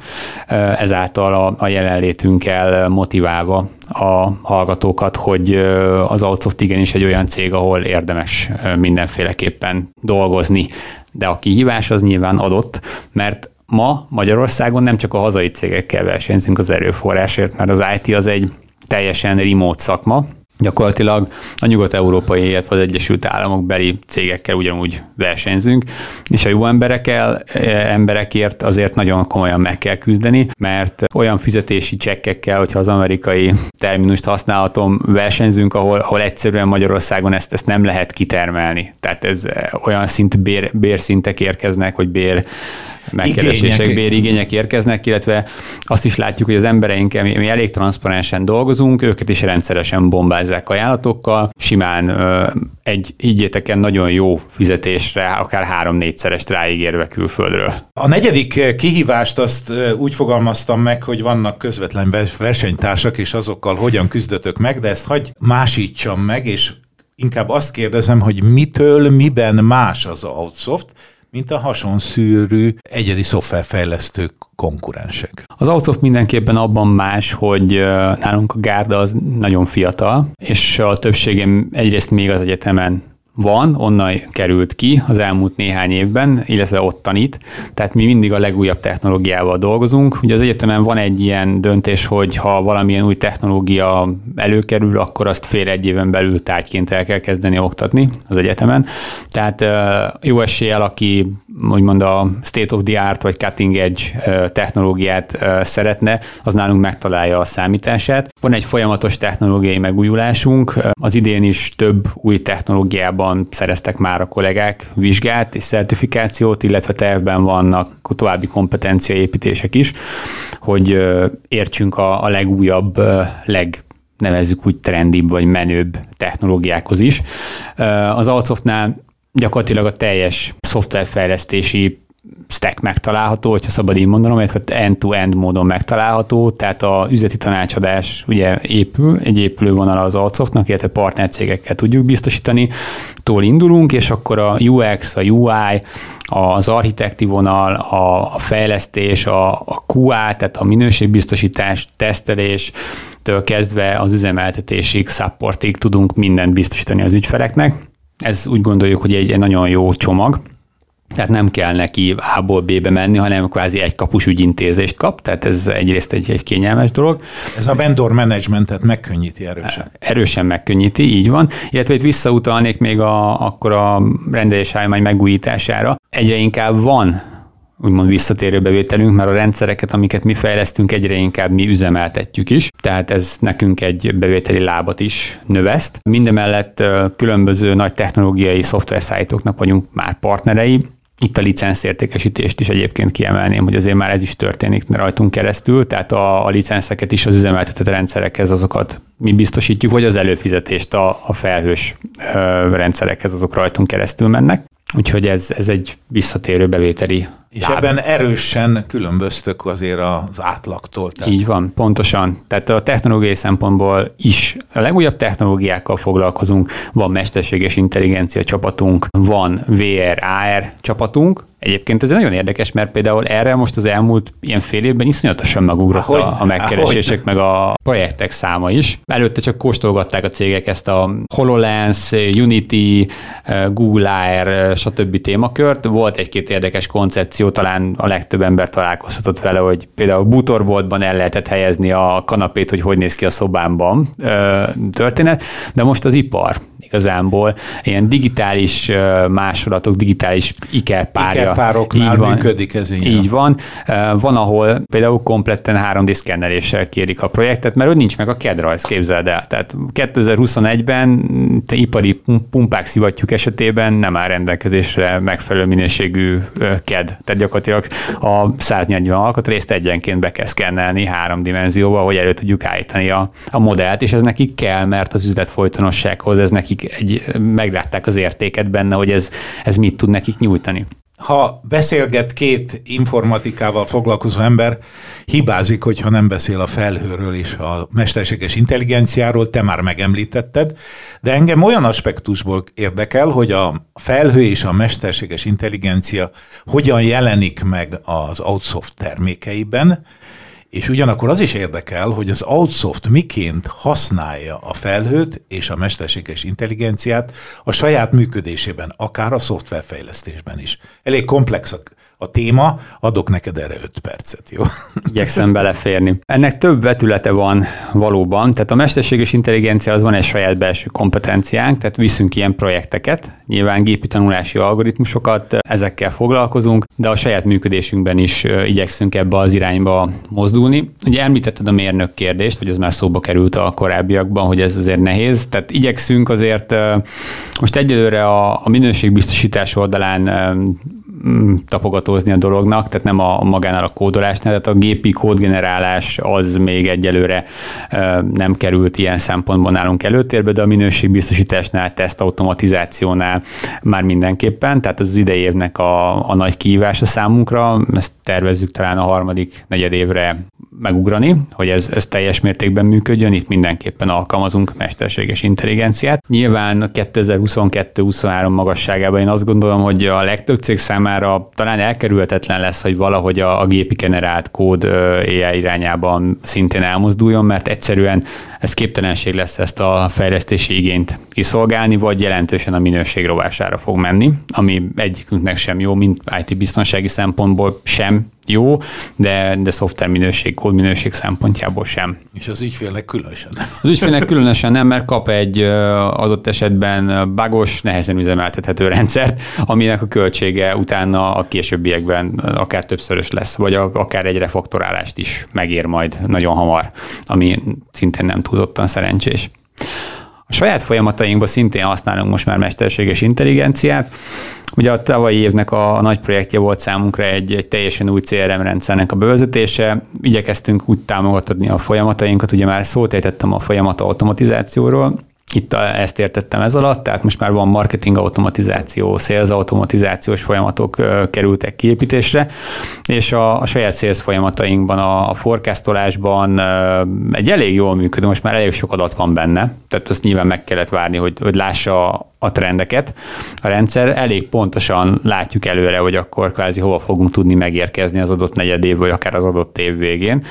ezáltal a jelenlétünkkel motiválva a hallgatókat, hogy az Outsoft igenis egy olyan cég, ahol érdemes mindenféleképpen dolgozni. De a kihívás az nyilván adott, mert ma Magyarországon nem csak a hazai cégekkel versenyzünk az erőforrásért, mert az IT az egy teljesen remote szakma, Gyakorlatilag a nyugat-európai, illetve az Egyesült Államok beli cégekkel ugyanúgy versenyzünk, és a jó emberekért azért nagyon komolyan meg kell küzdeni, mert olyan fizetési csekkekkel, hogyha az amerikai terminust használhatom, versenyzünk, ahol egyszerűen Magyarországon ezt nem lehet kitermelni. Tehát ez olyan szintű bérszintek érkeznek, hogy megkeresések, bérigények érkeznek, érkeznek, illetve azt is látjuk, hogy az embereinkkel mi elég transzparensen dolgozunk, őket is rendszeresen bombázzák ajánlatokkal, simán higgyétek, nagyon jó fizetésre, akár 3-4-szerest ráígérve külföldről. A negyedik kihívást azt úgy fogalmaztam meg, hogy vannak közvetlen versenytársak, és azokkal hogyan küzdötök meg, de ezt hagyj másítsam meg, és inkább azt kérdezem, hogy miben más az Outsoft, mint a hasonszűrű egyedi szoftverfejlesztő konkurensek. Az Outsoft mindenképpen abban más, hogy nálunk a gárda az nagyon fiatal, és a többségem egyrészt még az egyetemen van, onnan került ki az elmúlt néhány évben, illetve ott tanít, tehát mi mindig a legújabb technológiával dolgozunk. Ugye az egyetemen van egy ilyen döntés, hogy ha valamilyen új technológia előkerül, akkor azt fél-egy éven belül tárgyként el kell kezdeni oktatni az egyetemen. Tehát jó eséllyel, aki úgymond a state of the art vagy cutting edge technológiát szeretne, az nálunk megtalálja a számítását. Van egy folyamatos technológiai megújulásunk, az idén is több új technológiában szereztek már a kollégák vizsgát és szertifikációt, illetve tervben vannak további kompetenciaépítések is, hogy értsünk a legújabb, nevezzük úgy trendibb vagy menőbb technológiákhoz is. Az Outsoftnál gyakorlatilag a teljes szoftverfejlesztési stack megtalálható, hogyha szabad így mondanom, illetve end-to-end módon megtalálható, tehát a üzleti tanácsadás ugye egy épülővonal az Outsoftnak, illetve partnercégekkel tudjuk biztosítani, tól indulunk, és akkor a UX, a UI, az architekti vonal, a fejlesztés, a QA, tehát a minőségbiztosítás, teszteléstől kezdve az üzemeltetésig, supportig tudunk mindent biztosítani az ügyfeleknek. Ez úgy gondoljuk, hogy egy nagyon jó csomag. Tehát nem kell neki A-ból B-be menni, hanem kvázi egy kapus ügyintézést kap, tehát ez egyrészt egy kényelmes dolog. Ez a vendor managementet megkönnyíti erősen. Erősen megkönnyíti, így van. Illetve itt visszautalnék még akkor a rendelésállomány megújítására. Egyre inkább van úgymond visszatérő bevételünk, mert a rendszereket, amiket mi fejlesztünk, egyre inkább mi üzemeltetjük is, tehát ez nekünk egy bevételi lábat is növeszt. Mindemellett különböző nagy technológiai szoftverszállítóknak vagyunk már partnerei. Itt a licenszértékesítést is egyébként kiemelném, hogy azért már ez is történik rajtunk keresztül, tehát a licenszeket is az üzemeltetett rendszerekhez azokat mi biztosítjuk, vagy az előfizetést a felhős rendszerekhez azok rajtunk keresztül mennek. Úgyhogy ez egy visszatérő bevételi és láb. Ebben erősen különböztök azért az átlagtól. Tehát. Így van, pontosan. Tehát a technológiai szempontból is a legújabb technológiákkal foglalkozunk, van mesterséges intelligencia csapatunk, van VR, AR csapatunk. Egyébként ez nagyon érdekes, mert például erre most az elmúlt ilyen fél évben iszonyatosan megugrott a megkeresések, meg a projektek száma is. Előtte csak kóstolgatták a cégek ezt a HoloLens, Unity, Google AR, stb. Témakört. Volt egy-két érdekes koncepció, talán a legtöbb ember találkozhatott vele, hogy például bútorboltban el lehetett helyezni a kanapét, hogy néz ki a szobámban történet, de most az ipar igazából ilyen digitális másolatok, digitális ikerpároknál működik ez így. Így van. Van, ahol például kompletten 3D szkenneléssel kérik a projektet, mert ott nincs meg a CAD-rajz, képzeld el. Tehát 2021-ben ipari pumpák, szivattyúk esetében nem áll rendelkezésre megfelelő minőségű CAD. Tehát gyakorlatilag a 140 alkatrészt egyenként be kell szkennelni 3 dimenzióba, hogy elő tudjuk állítani a modellt, és ez nekik kell, mert az üzlet folytonossághoz ez nekik meglátták az értéket benne, hogy ez mit tud nekik nyújtani. Ha beszélget két informatikával foglalkozó ember, hibázik, hogyha nem beszél a felhőről és a mesterséges intelligenciáról, te már megemlítetted, de engem olyan aspektusból érdekel, hogy a felhő és a mesterséges intelligencia hogyan jelenik meg az Outsoft termékeiben, És ugyanakkor az is érdekel, hogy az Outsoft miként használja a felhőt és a mesterséges intelligenciát a saját működésében, akár a szoftverfejlesztésben is. Elég komplex a téma, adok neked erre 5 percet, jó? Igyekszem beleférni. Ennek több vetülete van valóban, tehát a mesterséges intelligencia az van egy saját belső kompetenciánk, tehát viszünk ilyen projekteket, nyilván gépi tanulási algoritmusokat, ezekkel foglalkozunk, de a saját működésünkben is igyekszünk ebbe az irányba mozdulni. Ugye említetted a mérnök kérdést, vagy az már szóba került a korábbiakban, hogy ez azért nehéz, tehát igyekszünk azért most egyelőre a minőségbiztosítás oldalán tapogatózni a dolognak, tehát nem a magánál a kódolásnál, tehát a gépi kódgenerálás az még egyelőre nem került ilyen szempontból nálunk előtérbe, de a minőségbiztosításnál, tesztautomatizációnál már mindenképpen, tehát az idei évnek a nagy kihívása számunkra, ezt tervezzük talán a harmadik negyedévre megugrani, hogy ez teljes mértékben működjön, itt mindenképpen alkalmazunk mesterséges intelligenciát. Nyilván 2022-23 magasságában én azt gondolom, hogy a legtöbb cég számára talán elkerülhetetlen lesz, hogy valahogy a gépi generált kód AI irányában szintén elmozduljon, mert egyszerűen ez képtelenség lesz ezt a fejlesztési igényt kiszolgálni, vagy jelentősen a minőség rovására fog menni, ami egyikünknek sem jó, mint IT biztonsági szempontból sem jó, de szoftver minőség, kód minőség szempontjából sem. És az ügyfélnek különösen nem. Az ügyfélnek különösen nem, mert kap egy adott esetben bugos, nehezen üzemeltethető rendszert, aminek a költsége utána a későbbiekben akár többszörös lesz, vagy akár egy refaktorálást is megér majd nagyon hamar, ami szintén nem túlzottan szerencsés. A saját folyamatainkban szintén használunk most már mesterséges intelligenciát. Ugye a tavalyi évnek a nagy projektje volt számunkra egy teljesen új CRM rendszernek a bevezetése. Igyekeztünk úgy támogatni a folyamatainkat, ugye már szót ejtettem a folyamat automatizációról. Itt ezt értettem ez alatt, tehát most már van marketing automatizáció, sales automatizációs folyamatok kerültek kiépítésre, és a saját sales folyamatainkban, a forecastolásban egy elég jól működő, most már elég sok adat van benne, tehát azt nyilván meg kellett várni, hogy lássa a trendeket. A rendszer elég pontosan látjuk előre, hogy akkor kvázi hova fogunk tudni megérkezni az adott negyedév, vagy akár az adott év végén.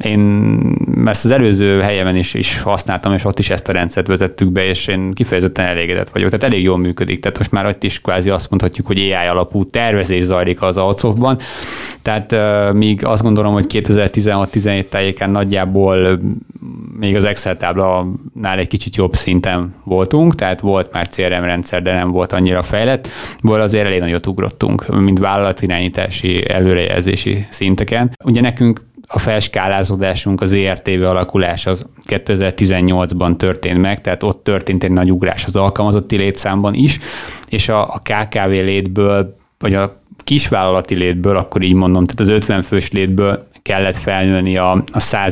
Én ezt az előző helyemen is használtam, és ott is ezt a rendszert vezettük be, és én kifejezetten elégedett vagyok. Tehát elég jól működik. Tehát most már ott is kvázi azt mondhatjuk, hogy AI alapú tervezés zajlik az Outsoftban. Tehát míg azt gondolom, hogy 2016-17 tájékán nagyjából még az Excel táblánál egy kicsit jobb szinten voltunk, tehát volt már CRM rendszer, de nem volt annyira fejlett, azért elég nagyot ugrottunk, mint vállalatirányítási, előrejelzési szinteken. Ugye nekünk a felskálázódásunk, az ERTV alakulás az 2018-ban történt meg, tehát ott történt egy nagy ugrás az alkalmazotti létszámban is, és a KKV létből, vagy a kisvállalati létből, akkor így mondom, tehát az 50 fős létből kellett felnőni a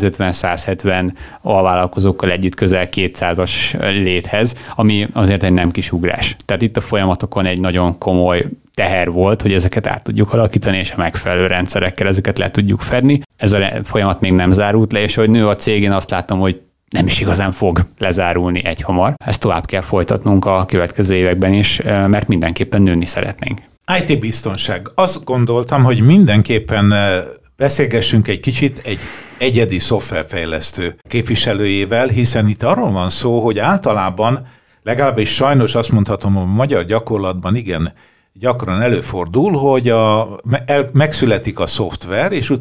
150-170 alvállalkozókkal együtt közel 200-as léthez, ami azért egy nem kis ugrás. Tehát itt a folyamatokon egy nagyon komoly teher volt, hogy ezeket át tudjuk alakítani, és a megfelelő rendszerekkel ezeket le tudjuk fedni. Ez a folyamat még nem zárult le, és hogy nő a cég, én azt látom, hogy nem is igazán fog lezárulni egyhamar. Ezt tovább kell folytatnunk a következő években is, mert mindenképpen nőni szeretnénk. IT biztonság. Azt gondoltam, hogy mindenképpen beszélgessünk egy kicsit egy egyedi szoftverfejlesztő képviselőjével, hiszen itt arról van szó, hogy általában, legalábbis sajnos azt mondhatom, a magyar gyakorlatban igen, gyakran előfordul, hogy megszületik a szoftver, és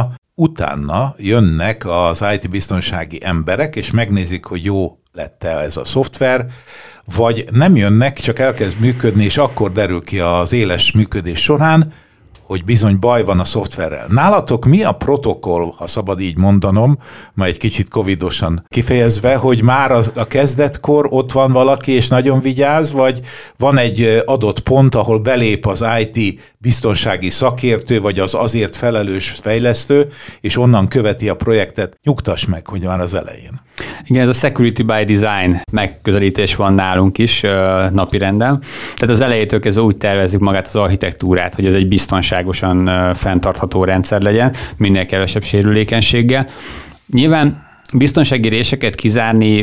utána jönnek az IT biztonsági emberek, és megnézik, hogy jó lett-e ez a szoftver, vagy nem jönnek, csak elkezd működni, és akkor derül ki az éles működés során, hogy bizony baj van a szoftverrel. Nálatok mi a protokoll, ha szabad így mondanom, ma egy kicsit covidosan kifejezve, hogy már a kezdetkor ott van valaki, és nagyon vigyáz, vagy van egy adott pont, ahol belép az IT biztonsági szakértő, vagy az azért felelős fejlesztő, és onnan követi a projektet. Nyugtass meg, hogy már az elején. Igen, ez a security by design megközelítés van nálunk is napirenden. Tehát az elejétől kezdve úgy tervezzük magát az architektúrát, hogy ez egy biztonságosan fenntartható rendszer legyen, minél kevesebb sérülékenységgel. Nyilván biztonsági réseket kizárni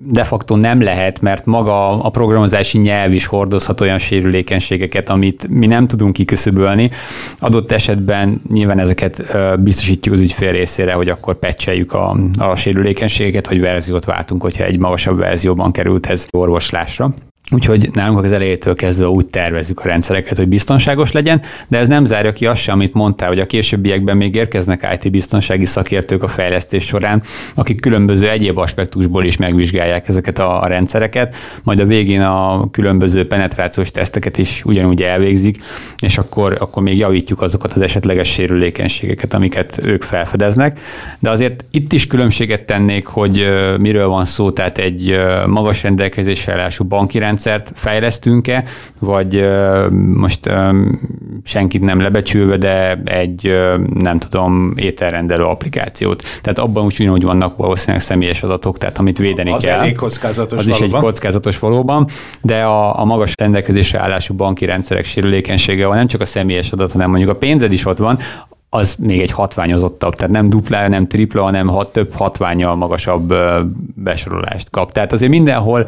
de facto nem lehet, mert maga a programozási nyelv is hordozhat olyan sérülékenységeket, amit mi nem tudunk kiküszöbölni. Adott esetben nyilván ezeket biztosítjuk az ügyfél részére, hogy akkor patcheljük a sérülékenységeket, hogy verziót váltunk, hogyha egy magasabb verzióban került ez orvoslásra. Úgyhogy nálunk az elejétől kezdve úgy tervezzük a rendszereket, hogy biztonságos legyen, de ez nem zárja ki azt sem, amit mondtál, hogy a későbbiekben még érkeznek IT-biztonsági szakértők a fejlesztés során, akik különböző egyéb aspektusból is megvizsgálják ezeket a rendszereket, majd a végén a különböző penetrációs teszteket is ugyanúgy elvégzik, és akkor még javítjuk azokat az esetleges sérülékenységeket, amiket ők felfedeznek. De azért itt is különbséget tennék, hogy miről van szó, tehát egy magas rendelkezésre állású banki rendszert fejlesztünk-e, vagy most senkit nem lebecsülve, de egy nem tudom, ételrendelő applikációt. Tehát abban úgy ugyanúgy vannak valószínűleg személyes adatok, tehát amit védeni az kell. Az elég kockázatos az valóban. Is egy kockázatos valóban, de a magas rendelkezésre állású banki rendszerek sérülékenysége van, nem csak a személyes adat, hanem mondjuk a pénzed is ott van, az még egy hatványozottabb, tehát nem dupla, nem tripla, hanem több hatvánnyal magasabb besorolást kap. Tehát azért mindenhol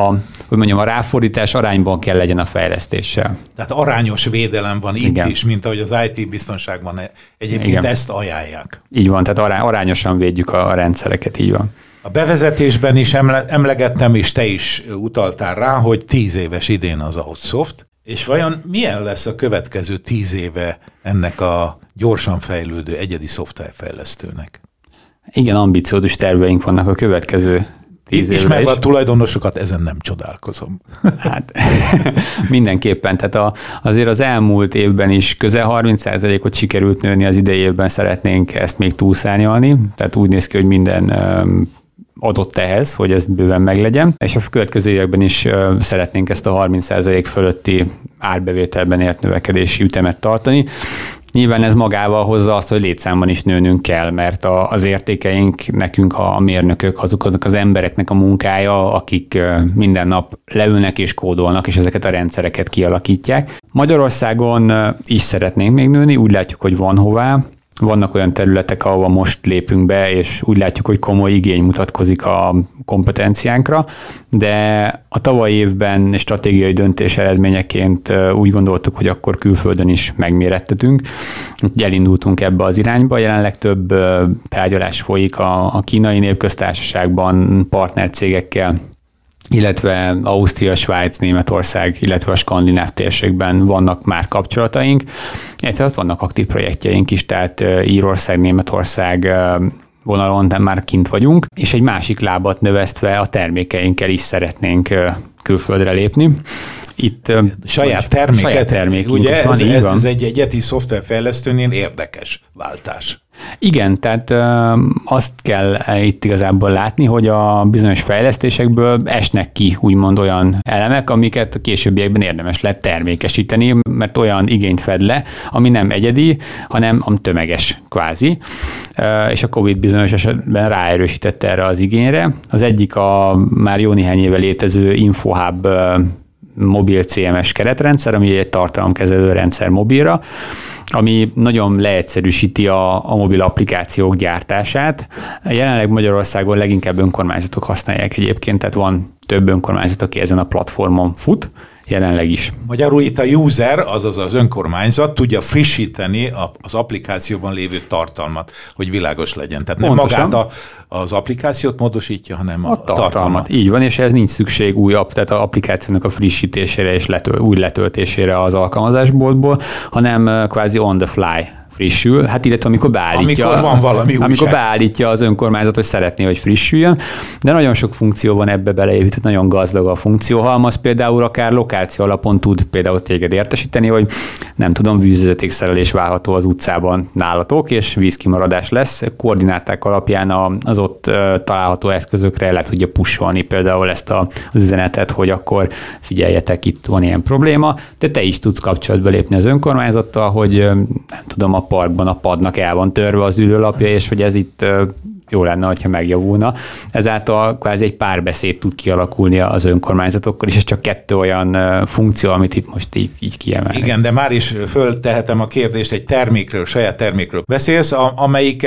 a ráfordítás arányban kell legyen a fejlesztéssel. Tehát arányos védelem van itt is, mint ahogy az IT-biztonságban egyébként ezt ajánlják. Így van, tehát arányosan védjük a rendszereket, így van. A bevezetésben is emlegettem, és te is utaltál rá, hogy 10 éves idén az a Hotsoft, és vajon milyen lesz a következő 10 éve ennek a gyorsan fejlődő egyedi szoftverfejlesztőnek? Igen, ambiciózus terveink vannak a következő 10 évre is. Ismerve a tulajdonosokat, ezen nem csodálkozom. Hát mindenképpen, tehát azért az elmúlt évben is közel 30%-ot sikerült nőni, az idei évben szeretnénk ezt még túlszárnyalni, tehát úgy néz ki, hogy minden adott ehhez, hogy ez bőven meglegyen, és a következő években is szeretnénk ezt a 30% fölötti árbevételben ért növekedési ütemet tartani. Nyilván ez magával hozza azt, hogy létszámban is nőnünk kell, mert az értékeink nekünk a mérnökök, azoknak az embereknek a munkája, akik minden nap leülnek és kódolnak, és ezeket a rendszereket kialakítják. Magyarországon is szeretnénk még nőni, úgy látjuk, hogy van hová. Vannak olyan területek, ahova most lépünk be, és úgy látjuk, hogy komoly igény mutatkozik a kompetenciánkra, de a tavalyi évben stratégiai döntés eredményeként úgy gondoltuk, hogy akkor külföldön is megmérettetünk. Elindultunk ebbe az irányba, jelenleg több tárgyalás folyik a Kínai Népköztársaságban partnercégekkel, illetve Ausztria, Svájc, Németország, illetve a skandináv térségben vannak már kapcsolataink. Egyszerűen vannak aktív projektjeink is, tehát Írország, Németország vonalon már kint vagyunk, és egy másik lábat növesztve a termékeinkkel is szeretnénk külföldre lépni. Itt saját termék, ugye ez egy egyedi szoftverfejlesztőnél érdekes váltás. Igen, tehát azt kell itt igazából látni, hogy a bizonyos fejlesztésekből esnek ki úgymond olyan elemek, amiket a későbbiekben érdemes lett termékesíteni, mert olyan igényt fed le, ami nem egyedi, hanem tömeges kvázi. És a Covid bizonyos esetben ráerősítette erre az igényre. Az egyik a már jó néhány éve létező InfoHub mobil CMS keretrendszer, ami egy tartalomkezelő rendszer mobilra, ami nagyon leegyszerűsíti a mobil applikációk gyártását. Jelenleg Magyarországon leginkább önkormányzatok használják egyébként, tehát van több önkormányzat, aki ezen a platformon fut, jelenleg is. Magyarul itt a user, azaz az önkormányzat tudja frissíteni az applikációban lévő tartalmat, hogy világos legyen. Tehát nem magát az applikációt módosítja, hanem a tartalmat. Így van, és ez nincs szükség tehát az applikációnak a frissítésére és új letöltésére az alkalmazásboltból, hanem kvázi on the fly frissül, hát illetve amikor beállítja, amikor van valami újság. Amikor beállítja az önkormányzat, hogy szeretné, hogy frissüljön, de nagyon sok funkció van ebbe beleépítve, nagyon gazdag a funkcióhalmaz, például akár lokáció alapon tud például téged értesíteni, hogy nem tudom, vízvezetékszerelés várható az utcában nálatok, és vízkimaradás lesz, koordináták alapján az ott található eszközökre le tudja pusolni például ezt az üzenetet, hogy akkor figyeljetek, itt van ilyen probléma, de te is tudsz kapcsolatba lépni az önkormányzattal, hogy nem tudom, a parkban a padnak el van törve az ülőlapja, és hogy ez itt jó lenne, hogyha megjavulna. Ezáltal kvázi egy párbeszéd tud kialakulni az önkormányzatokkal, és ez csak 2 olyan funkció, amit itt most így kiemelnek. Igen, de már is föltehetem a kérdést, egy termékről, saját termékről beszélsz, amelyiket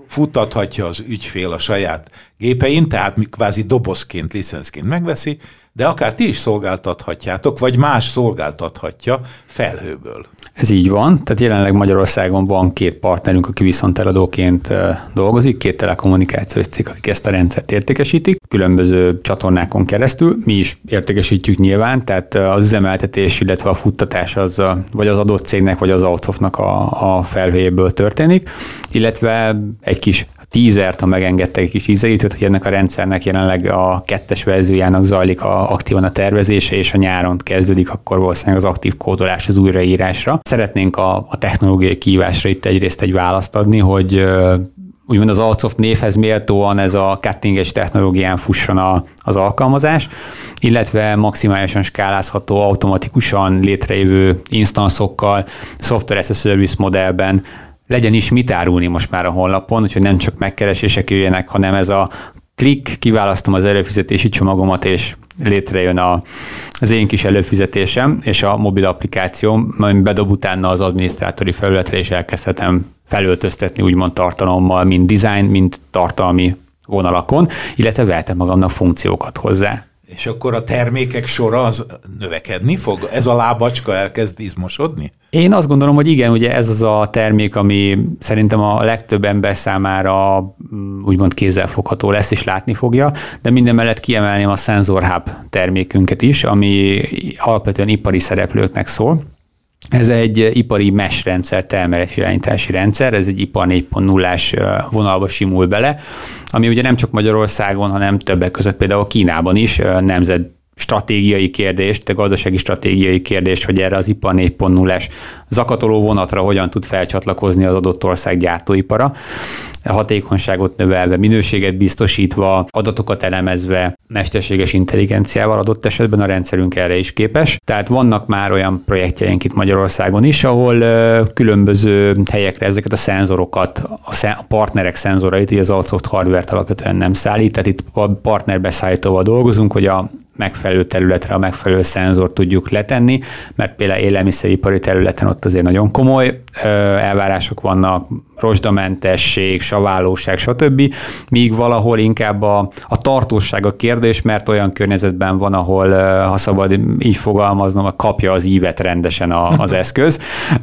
futtathatja az ügyfél a saját gépein, tehát kvázi dobozként, licenszként megveszi, de akár ti is szolgáltathatjátok, vagy más szolgáltathatja felhőből. Ez így van, tehát jelenleg Magyarországon van 2 partnerünk, aki viszonteladóként dolgozik, 2 telekommunikációs cég, akik ezt a rendszert értékesítik, különböző csatornákon keresztül. Mi is értékesítjük nyilván, tehát az üzemeltetés, illetve a futtatás az vagy az adott cégnek, vagy az Outsoftnak a felhőjéből történik, illetve egy kis teasert, ha megengedtek egy kis ízelítőt, hogy ennek a rendszernek jelenleg a 2. verziójának zajlik aktívan a tervezése, és a nyáron kezdődik akkor valószínűleg az aktív kódolás az újraírásra. Szeretnénk a technológiai kihívásra itt egyrészt egy választ adni, hogy úgymond az Outsoft névhez méltóan ez a cutting edge technológián fusson az alkalmazás, illetve maximálisan skálázható, automatikusan létrejövő instancokkal, software as a service modellben legyen is mit árulni most már a honlapon, úgyhogy nem csak megkeresések jöjjenek, hanem ez a klik, kiválasztom az előfizetési csomagomat, és létrejön az én kis előfizetésem, és a mobil applikációm, majd bedob utána az adminisztrátori felületre, és elkezdhetem felöltöztetni úgymond tartalommal, mind design, mind tartalmi vonalakon, illetve vehetem magamnak funkciókat hozzá. És akkor a termékek sora az növekedni fog? Ez a lábacska elkezd izmosodni? Én azt gondolom, hogy igen, ugye ez az a termék, ami szerintem a legtöbb ember számára úgymond kézzelfogható lesz és látni fogja, de minden mellett kiemelném a Sensor Hub termékünket is, ami alapvetően ipari szereplőknek szól. Ez egy ipari mesh rendszer, termelés irányítási rendszer, ez egy ipar 4.0-ás vonalba simul bele, ami ugye nem csak Magyarországon, hanem többek között például Kínában is nemzet stratégiai kérdést, de gazdasági stratégiai kérdést, hogy erre az ipar 4.0-es zakatoló vonatra hogyan tud felcsatlakozni az adott ország gyártóipara, hatékonyságot növelve, minőséget biztosítva, adatokat elemezve, mesterséges intelligenciával adott esetben a rendszerünk erre is képes. Tehát vannak már olyan projektjeink itt Magyarországon is, ahol különböző helyekre ezeket a szenzorokat, a partnerek szenzorait, ugye az Outsoft hardware-t alapvetően nem szállít, tehát itt partnerbeszállítóval dolgozunk, hogy a megfelelő területre a megfelelő szenzort tudjuk letenni, mert például élelmiszeripari területen ott azért nagyon komoly elvárások vannak, rozsdamentesség, saválóság, stb. Míg valahol inkább a tartóság a kérdés, mert olyan környezetben van, ahol, ha szabad így fogalmaznom, kapja az ívet rendesen az eszköz.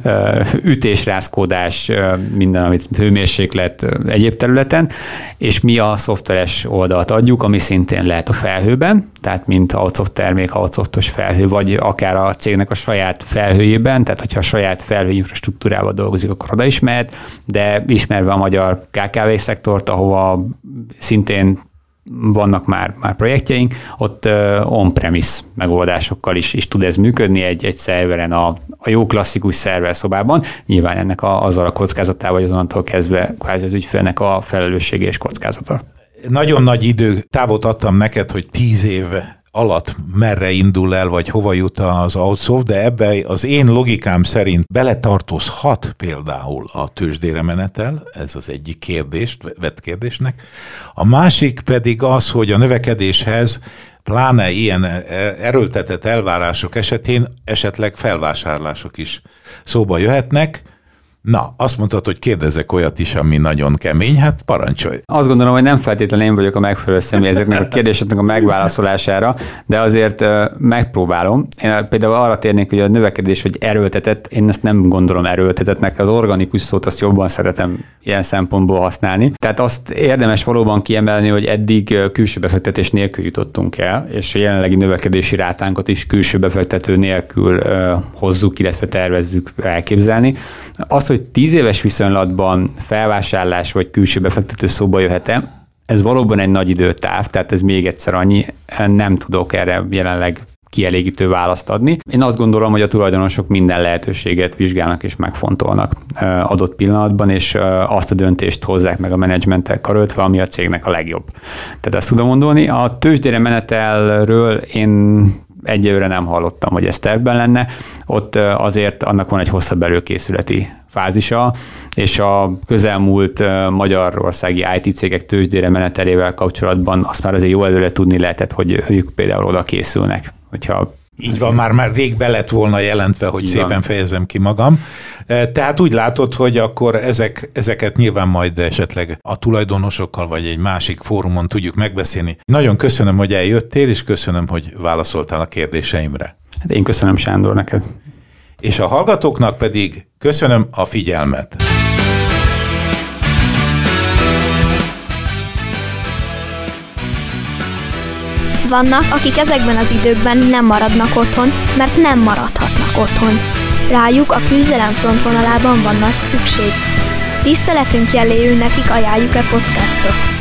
Ütésrázkódás, minden, amit hőmérséklet egyéb területen, és mi a szoftveres oldalt adjuk, ami szintén lehet a felhőben, tehát mint Outsoft termék, Outsoftos felhő, vagy akár a cégnek a saját felhőjében, tehát hogyha a saját felhő infrastruktúrával dolgozik, akkor oda is mehet, de ismerve a magyar KKV szektort, ahova szintén vannak már projektjeink, ott on-premise megoldásokkal is tud ez működni egy szerveren, a jó klasszikus szerverszobában. Nyilván ennek azzal a kockázatával, vagy azonnantól kezdve kvázi az ügyfélnek a felelőssége és kockázata. Nagyon nagy időtávot adtam neked, hogy 10 év alatt merre indul el, vagy hova jut az Outsoft, de ebbe az én logikám szerint beletartozhat például a tőzsdére menetel, ez az egyik vett kérdésnek. A másik pedig az, hogy a növekedéshez pláne ilyen erőltetett elvárások esetén esetleg felvásárlások is szóba jöhetnek. Na, azt mondtad, hogy kérdezek olyat is, ami nagyon kemény, hát parancsolj. Azt gondolom, hogy nem feltétlenül én vagyok a megfelelő személy ezeknek a kérdéseknek a megválaszolására, de azért megpróbálom. Én például arra térnék, hogy a növekedés vagy erőltetett, én ezt nem gondolom erőltetettnek, az organikus szót azt jobban szeretem ilyen szempontból használni. Tehát azt érdemes valóban kiemelni, hogy eddig külső befektetés nélkül jutottunk el, és a jelenlegi növekedési rátánkat is külső befektető nélkül hozzuk, illetve tervezzük elképzelni. Az, hogy 10 éves viszonylatban felvásárlás vagy külső befektető szóba jöhet-e, ez valóban egy nagy időtáv, tehát ez még egyszer annyi, nem tudok erre jelenleg kielégítő választ adni. Én azt gondolom, hogy a tulajdonosok minden lehetőséget vizsgálnak és megfontolnak adott pillanatban, és azt a döntést hozzák meg a menedzsmenttel karöltve, ami a cégnek a legjobb. Tehát ezt tudom mondani. A tőzsdére menetelről én egyelőre nem hallottam, hogy ez tervben lenne. Ott azért annak van egy hosszabb előkészületi fázisa, és a közelmúlt magyarországi IT cégek tőzsdére menetelével kapcsolatban azt már azért jó előre tudni lehetett, hogy ők például oda készülnek. Hogyha Így van, már rég be lett volna jelentve, hogy szépen fejezem ki magam. Tehát úgy látod, hogy akkor ezeket nyilván majd esetleg a tulajdonosokkal vagy egy másik fórumon tudjuk megbeszélni. Nagyon köszönöm, hogy eljöttél, és köszönöm, hogy válaszoltál a kérdéseimre. Hát én köszönöm, Sándor, neked. És a hallgatóknak pedig köszönöm a figyelmet. Vannak, akik ezekben az időkben nem maradnak otthon, mert nem maradhatnak otthon. Rájuk a küzdelem frontvonalában van nagy szükség. Tiszteletünk jeléül nekik ajánljuk a podcastot.